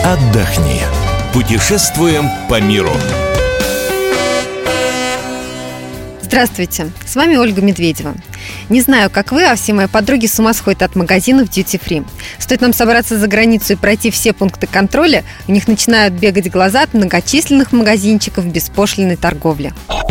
отдохни. Путешествуем по миру. Здравствуйте, с вами Ольга Медведева. Не знаю, как вы, а все мои подруги с ума сходят от магазинов duty-free. Стоит нам собраться за границу и пройти все пункты контроля, у них начинают бегать глаза от многочисленных магазинчиков беспошлинной торговли.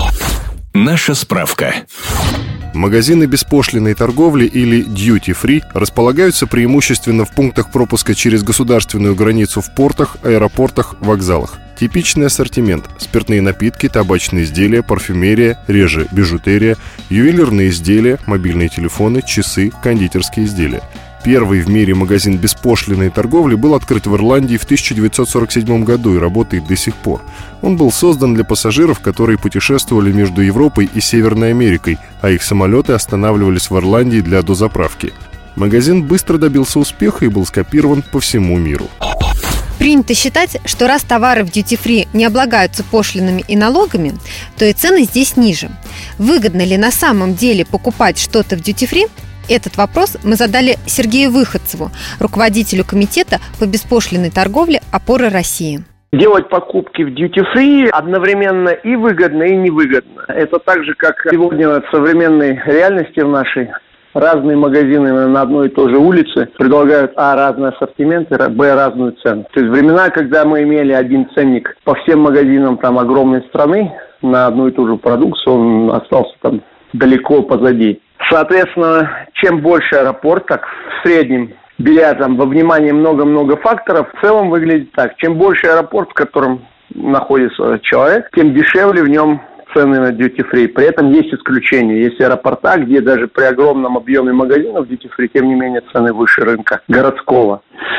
Наша справка. Магазины беспошлинной торговли или duty-free располагаются преимущественно в пунктах пропуска через государственную границу в портах, аэропортах, вокзалах. Типичный ассортимент – спиртные напитки, табачные изделия, парфюмерия, реже бижутерия, ювелирные изделия, мобильные телефоны, часы, кондитерские изделия. Первый в мире магазин беспошлинной торговли был открыт в Ирландии в 1947 году и работает до сих пор. Он был создан для пассажиров, которые путешествовали между Европой и Северной Америкой, а их самолеты останавливались в Ирландии для дозаправки. Магазин быстро добился успеха и был скопирован по всему миру. Принято считать, что раз товары в duty-free не облагаются пошлинами и налогами, то и цены здесь ниже. Выгодно ли на самом деле покупать что-то в duty-free? Этот вопрос мы задали Сергею Выходцеву, руководителю комитета по беспошлинной торговле «Опоры России». Делать покупки в duty-free одновременно и выгодно, и невыгодно. Это так же, как сегодня в современной реальности в нашей. Разные магазины на одной и той же улице предлагают разные ассортименты, разную цену. То есть времена, когда мы имели один ценник по всем магазинам огромной страны на одну и ту же продукцию, он остался далеко позади. Соответственно, чем больше аэропорт, так в среднем, беря во внимание много-много факторов, в целом выглядит так. Чем больше аэропорт, в котором находится человек, тем дешевле в нем цены на duty-free. При этом есть исключения. Есть аэропорта, где даже при огромном объеме магазинов duty-free, тем не менее, цены выше рынка городского.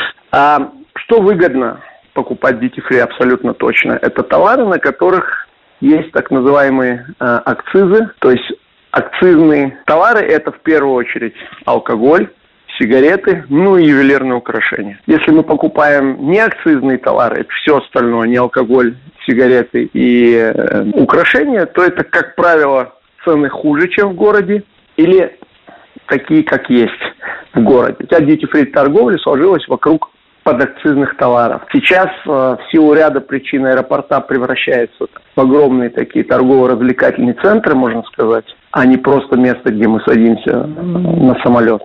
А что выгодно покупать duty-free абсолютно точно? Это товары, на которых есть так называемые акцизы, то есть акцизные товары – это в первую очередь алкоголь, сигареты, и ювелирные украшения. Если мы покупаем не акцизные товары, это все остальное, не алкоголь, сигареты и украшения, то это, как правило, цены хуже, чем в городе, или такие, как есть в городе. Вся duty-free торговля сложилась вокруг подакцизных товаров. Сейчас в силу ряда причин аэропорта превращаются в огромные такие торгово-развлекательные центры, можно сказать, а не просто место, где мы садимся на самолет.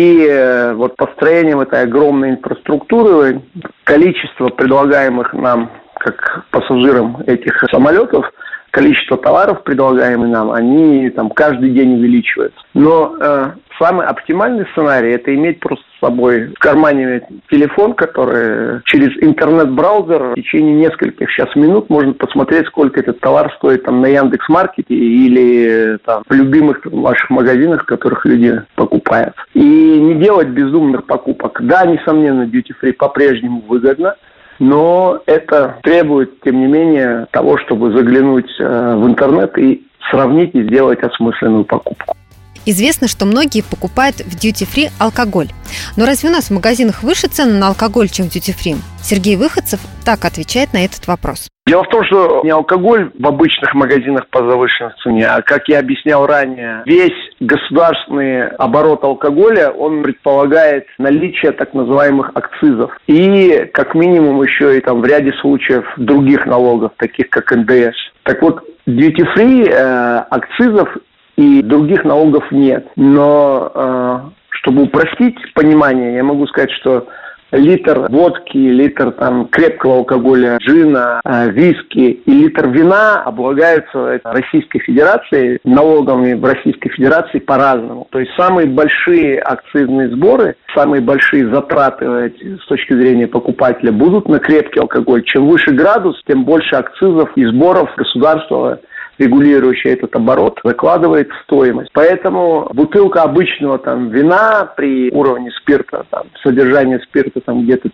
И построением этой огромной инфраструктуры количество предлагаемых нам, как пассажирам этих самолетов, количество товаров, предлагаемых нам, они каждый день увеличиваются. Но самый оптимальный сценарий – это иметь просто с собой в кармане телефон, который через интернет-браузер в течение нескольких минут можно посмотреть, сколько этот товар стоит на Яндекс.Маркете или в любимых ваших магазинах, в которых люди покупают. И не делать безумных покупок. Да, несомненно, duty-free по-прежнему выгодно, но это требует, тем не менее, того, чтобы заглянуть в интернет и сравнить и сделать осмысленную покупку. Известно, что многие покупают в duty-free алкоголь. Но разве у нас в магазинах выше цены на алкоголь, чем в duty-free? Сергей Выходцев так отвечает на этот вопрос. Дело в том, что не алкоголь в обычных магазинах по завышенной цене, а, как я объяснял ранее, весь государственный оборот алкоголя, он предполагает наличие так называемых акцизов. И, как минимум, еще и в ряде случаев других налогов, таких как НДС. Так вот, duty-free акцизов и других налогов нет. Но, чтобы упростить понимание, я могу сказать, что литр водки, литр крепкого алкоголя, джина, виски и литр вина облагаются Российской Федерацией, налогами в Российской Федерации по-разному. То есть самые большие акцизные сборы, самые большие затраты с точки зрения покупателя будут на крепкий алкоголь. Чем выше градус, тем больше акцизов и сборов государства, регулирующая этот оборот, закладывает в стоимость. Поэтому бутылка обычного вина при уровне спирта, содержание спирта где-то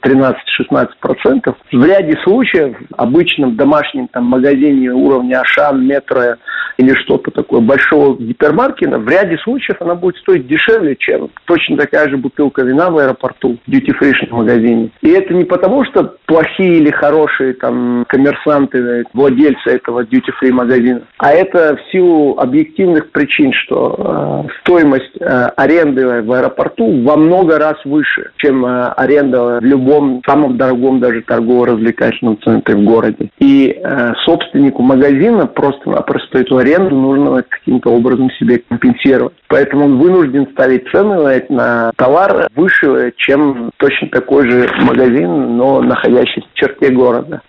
13-16%, в ряде случаев в обычном домашнем магазине уровня Ашан, Метро или что-то такое большого гипермаркета, в ряде случаев она будет стоить дешевле, чем точно такая же бутылка вина в аэропорту, в дьюти-фришном магазине. И это не потому, что плохие или хорошие там коммерсанты, владельцы этого дьюти-фри магазина, а это в силу объективных причин, что стоимость аренды в аэропорту во много раз выше, чем аренда в любом самом дорогом даже торгово-развлекательном центре в городе. И собственнику магазина просто-напросто эту аренду нужно каким-то образом себе компенсировать. Поэтому он вынужден ставить цены на товар выше, чем точно такой же магазин, но находящийся в черте города.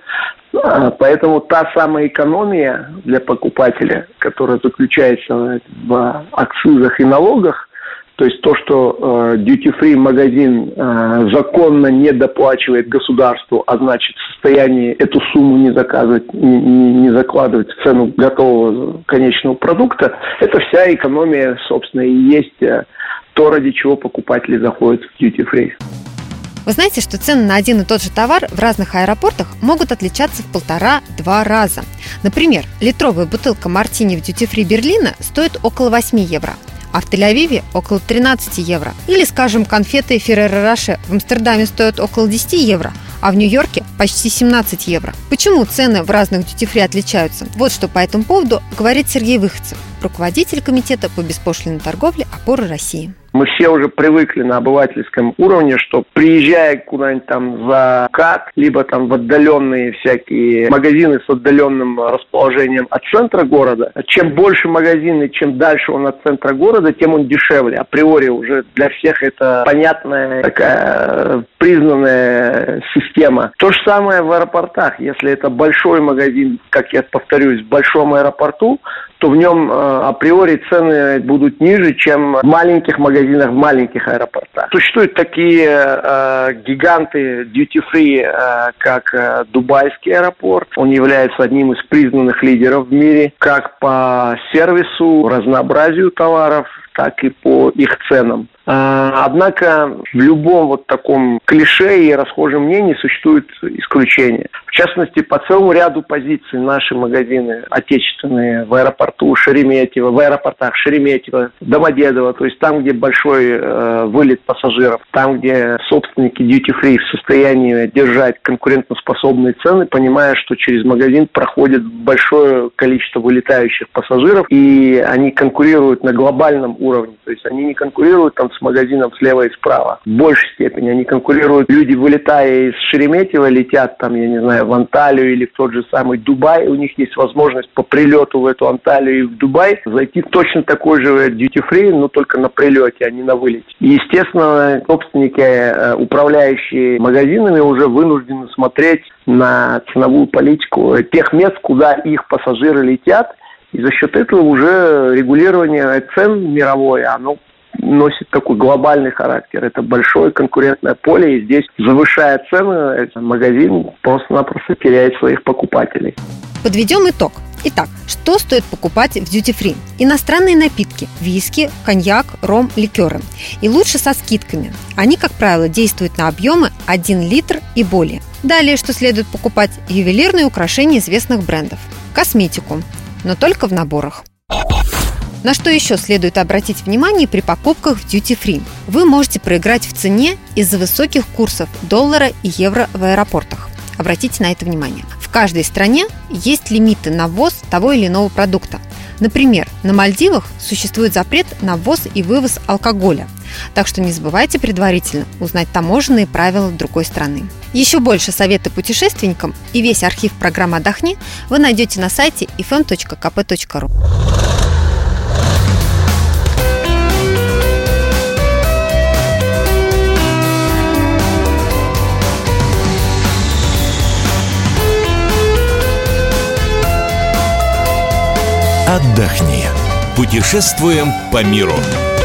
Поэтому та самая экономия для покупателя, которая заключается в акцизах и налогах, то есть то, что duty-free магазин законно не доплачивает государству, а значит в состоянии эту сумму не заказывать, не закладывать в цену готового конечного продукта, это вся экономия, собственно, и есть то, ради чего покупатели заходят в duty-free. Вы знаете, что цены на один и тот же товар в разных аэропортах могут отличаться в 1,5-2 раза. Например, литровая бутылка мартини в дьюти-фри Берлина стоит около 8 евро, а в Тель-Авиве около 13 евро. Или, скажем, конфеты Ферреро Роше в Амстердаме стоят около 10 евро, а в Нью-Йорке почти 17 евро. Почему цены в разных дьюти-фри отличаются? Вот что по этому поводу говорит Сергей Выходцев, руководитель комитета по беспошлинной торговле «Опоры России». Мы все уже привыкли на обывательском уровне, что приезжая куда-нибудь там за КАТ, либо там в отдаленные всякие магазины с отдаленным расположением от центра города, чем больше магазин и чем дальше он от центра города, тем он дешевле. Априори уже для всех это понятная такая признанная система. То же самое в аэропортах. Если это большой магазин, как я повторюсь, в большом аэропорту, то в нем априори цены будут ниже, чем в маленьких магазинах, в маленьких аэропортах. Существуют такие гиганты duty-free, как Дубайский аэропорт. Он является одним из признанных лидеров в мире, как по сервису, разнообразию товаров, так и по их ценам. Однако в любом вот таком клише и расхожем мнении существуют исключения. В частности, по целому ряду позиций наши магазины отечественные в аэропорту Шереметьево, в аэропортах Шереметьево, Домодедово, то есть там, где большой вылет пассажиров, там, где собственники duty-free в состоянии держать конкурентоспособные цены, понимая, что через магазин проходит большое количество вылетающих пассажиров, и они конкурируют на глобальном уровне, то есть они не конкурируют там с магазином слева и справа. В большей степени они конкурируют. Люди, вылетая из Шереметьево, летят там, я не знаю, в Анталию или в тот же самый Дубай. У них есть возможность по прилету в эту Анталию и в Дубай зайти в точно такой же duty-free, но только на прилете, а не на вылете. И, естественно, собственники, управляющие магазинами, уже вынуждены смотреть на ценовую политику тех мест, куда их пассажиры летят. И за счет этого уже регулирование цен мировое, оно носит такой глобальный характер. Это большое конкурентное поле, и здесь, завышая цены, этот магазин просто-напросто теряет своих покупателей. Подведем итог. Итак, что стоит покупать в дьюти-фри? Иностранные напитки – виски, коньяк, ром, ликеры. И лучше со скидками. Они, как правило, действуют на объемы 1 литр и более. Далее, что следует покупать? Ювелирные украшения известных брендов. Косметику, но только в наборах. На что еще следует обратить внимание при покупках в duty-free? Вы можете проиграть в цене из-за высоких курсов доллара и евро в аэропортах. Обратите на это внимание. В каждой стране есть лимиты на ввоз того или иного продукта. Например, на Мальдивах существует запрет на ввоз и вывоз алкоголя. Так что не забывайте предварительно узнать таможенные правила другой страны. Еще больше советов путешественникам и весь архив программы «Отдохни» вы найдете на сайте fm.kp.ru. Отдохни. Путешествуем по миру.